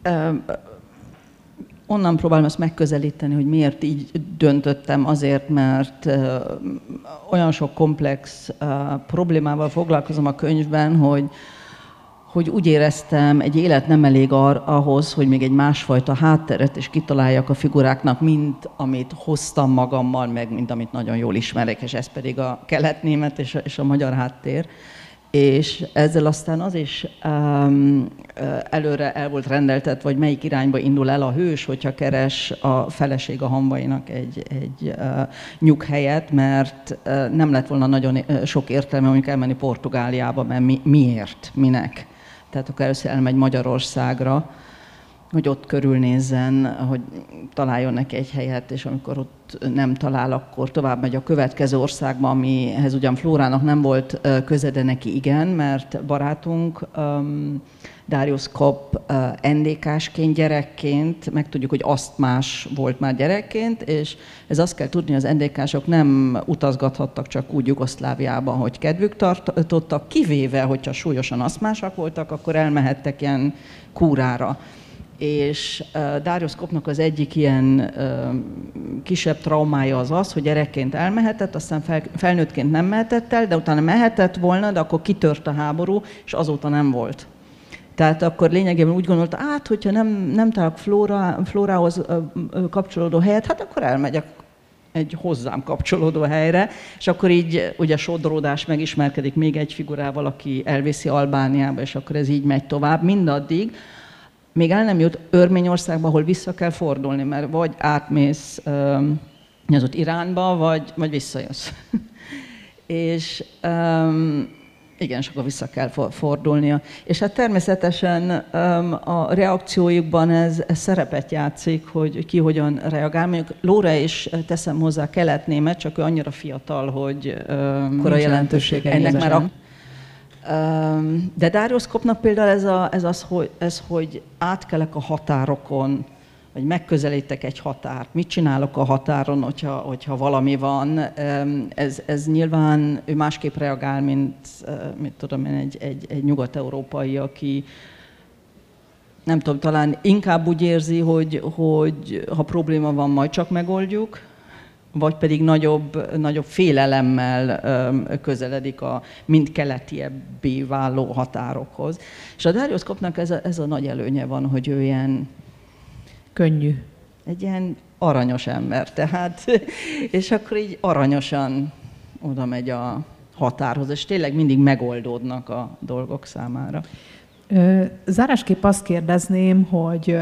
Onnan próbálom ezt megközelíteni, hogy miért így döntöttem, azért, mert uh, olyan sok komplex uh, problémával foglalkozom a könyvben, hogy, hogy úgy éreztem, egy élet nem elég ar- ahhoz, hogy még egy másfajta hátteret is kitaláljak a figuráknak, mint amit hoztam magammal, meg mint amit nagyon jól ismerek, és ez pedig a kelet-német és a, és a magyar háttér. És ezzel aztán az is um, előre el volt rendeltet, vagy melyik irányba indul el a hős, hogyha keres a feleség a hamvainak egy, egy uh, nyughelyet, mert uh, nem lett volna nagyon uh, sok értelme mondjuk elmenni Portugáliába, mert mi, miért, minek. Tehát akkor először elmegy Magyarországra, hogy ott körülnézzen, hogy találjon neki egy helyet, és amikor ott nem talál, akkor tovább megy a következő országba, amihez ugyan Flórának nem volt köze, de neki igen, mert barátunk um, Darius Kopp uh, en dé ká-sként gyerekként, megtudjuk, hogy asztmás volt már gyerekként, és ez azt kell tudni, az en dé ká-sok nem utazgathattak csak úgy Jugoszláviában, hogy kedvük tartottak, kivéve, hogyha súlyosan asztmásak voltak, akkor elmehettek ilyen kúrára. És uh, Darius Koppnak az egyik ilyen uh, kisebb traumája az az, hogy gyerekként elmehetett, aztán fel, felnőttként nem mehetett el, de utána mehetett volna, de akkor kitört a háború, és azóta nem volt. Tehát akkor lényegében úgy gondolta, hát, hogyha nem, nem találok Flóra, Flórához uh, kapcsolódó helyet, hát akkor elmegyek egy hozzám kapcsolódó helyre, és akkor így ugye sodródás, megismerkedik még egy figurával, aki elviszi Albániába, és akkor ez így megy tovább, mindaddig, még el nem jut Örményországba, ahol vissza kell fordulni, mert vagy átmész um, az ott Iránba, vagy, vagy visszajössz. és um, igen, és akkor vissza kell fordulnia. És hát természetesen um, a reakciójukban ez, ez szerepet játszik, hogy ki hogyan reagál. Mondjuk Lóra is teszem hozzá kelet-német, csak ő annyira fiatal, hogy um, akkor a jelentősége ennek már a De Darius Koppnak például ez, a, ez az, hogy, ez, hogy átkelek a határokon, vagy megközelítek egy határt, mit csinálok a határon, hogyha, hogyha valami van, ez, ez nyilván ő másképp reagál, mint mit tudom én, egy, egy, egy nyugat-európai, aki nem tudom, talán inkább úgy érzi, hogy, hogy ha probléma van, majd csak megoldjuk, vagy pedig nagyobb, nagyobb félelemmel közeledik a mind keletiebbé váló határokhoz. És a Darius Koppnak ez a, ez a nagy előnye van, hogy ő ilyen könnyű. Egy ilyen aranyos ember, tehát, és akkor így aranyosan oda megy a határhoz, és tényleg mindig megoldódnak a dolgok számára. Zárásképp azt kérdezném, hogy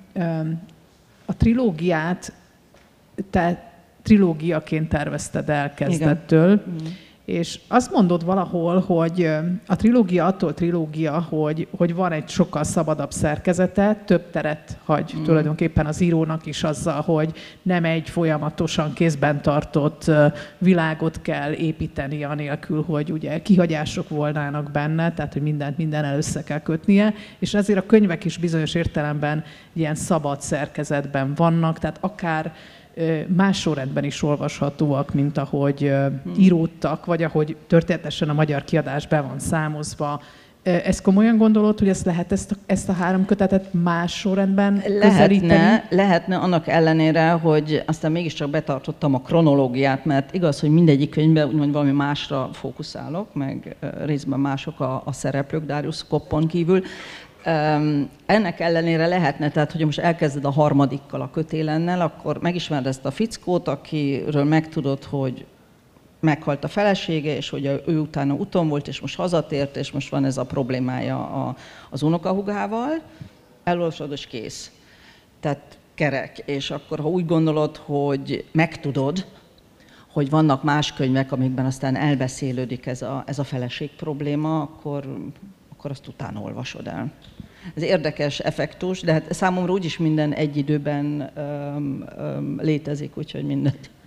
a trilógiát te trilógiaként tervezted el kezdettől, igen. És azt mondod valahol, hogy a trilógia attól trilógia, hogy, hogy van egy sokkal szabadabb szerkezete, több teret hagy mm. tulajdonképpen az írónak is azzal, hogy nem egy folyamatosan kézben tartott világot kell építeni anélkül, hogy ugye kihagyások volnának benne, tehát hogy mindent mindennel össze kell kötnie, és ezért a könyvek is bizonyos értelemben ilyen szabad szerkezetben vannak, tehát akár más sorrendben is olvashatóak, mint ahogy íródtak, vagy ahogy történetesen a magyar kiadás be van számozva. Ezt komolyan gondolod, hogy ezt lehet ezt a, ezt a három kötetet más sorrendben közelíteni? Lehetne, lehetne annak ellenére, hogy aztán mégiscsak betartottam a kronológiát, mert igaz, hogy mindegyik könyvben úgymond valami másra fókuszálok, meg részben mások a, a szereplők Darius Koppon kívül. Um, ennek ellenére lehetne, tehát hogy most elkezded a harmadikkal, a kötélennel, akkor megismered ezt a fickót, akiről megtudod, hogy meghalt a felesége, és hogy ő utána úton volt, és most hazatért, és most van ez a problémája a, az unokahúgával, elolvasod, és kész. Tehát kerek. És akkor, ha úgy gondolod, hogy megtudod, hogy vannak más könyvek, amikben aztán elbeszélődik ez a, ez a feleség probléma, akkor akkor azt utána olvasod el. Ez érdekes effektus, de hát számomra úgyis minden egy időben öm, öm, létezik, úgyhogy mindegy.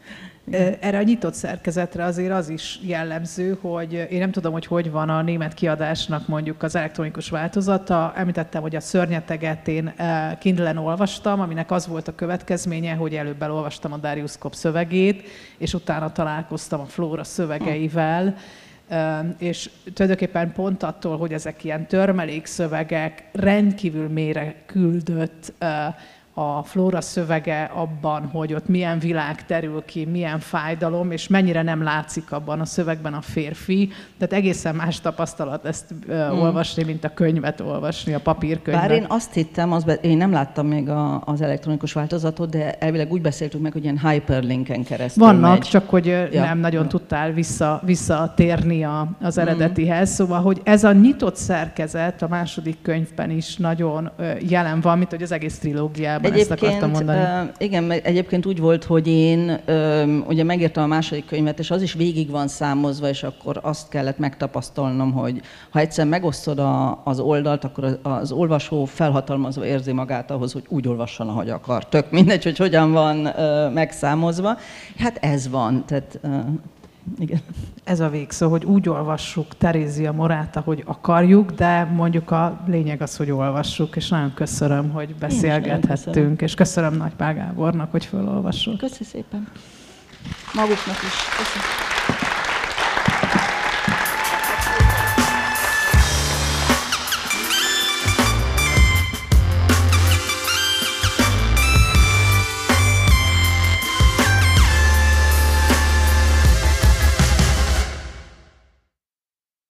Erre a nyitott szerkezetre azért az is jellemző, hogy én nem tudom, hogy hogy van a német kiadásnak mondjuk az elektronikus változata. Említettem, hogy a Szörnyeteget én Kindle-en olvastam, aminek az volt a következménye, hogy előbb elolvastam a Darius Kopp szövegét, és utána találkoztam a Flóra szövegeivel, és tulajdonképpen pont attól, hogy ezek ilyen törmelékszövegek, rendkívül mélyre küldött a Flóra szövege abban, hogy ott milyen világ terül ki, milyen fájdalom, és mennyire nem látszik abban a szövegben a férfi. Tehát egészen más tapasztalat ezt hmm. olvasni, mint a könyvet olvasni, a papírkönyvet. Bár én azt hittem, az be, én nem láttam még a, az elektronikus változatot, de elvileg úgy beszéltük meg, hogy ilyen hyperlinken keresztül Vannak, megy. csak hogy ja. nem nagyon ja. tudtál vissza, visszatérni a, az eredetihez. Hmm. Szóval, hogy ez a nyitott szerkezet a második könyvben is nagyon jelen van, mint hogy az egész trilógiában. Egyébként, uh, igen, egyébként úgy volt, hogy én uh, ugye megírtam a második könyvet, és az is végig van számozva, és akkor azt kellett megtapasztalnom, hogy ha egyszer megosztod a, az oldalt, akkor az, az olvasó felhatalmazva érzi magát ahhoz, hogy úgy olvasson, ahogy akar. Tök mindegy, hogy hogyan van uh, megszámozva. Hát ez van, tehát... Uh, igen. Ez a végszó, hogy úgy olvassuk Terézia Morát, ahogy akarjuk, de mondjuk a lényeg az, hogy olvassuk, és nagyon köszönöm, hogy beszélgethettünk, és köszönöm Nagy Pál Gábornak, hogy felolvassuk. Köszönöm szépen. Maguknak is. Köszönöm.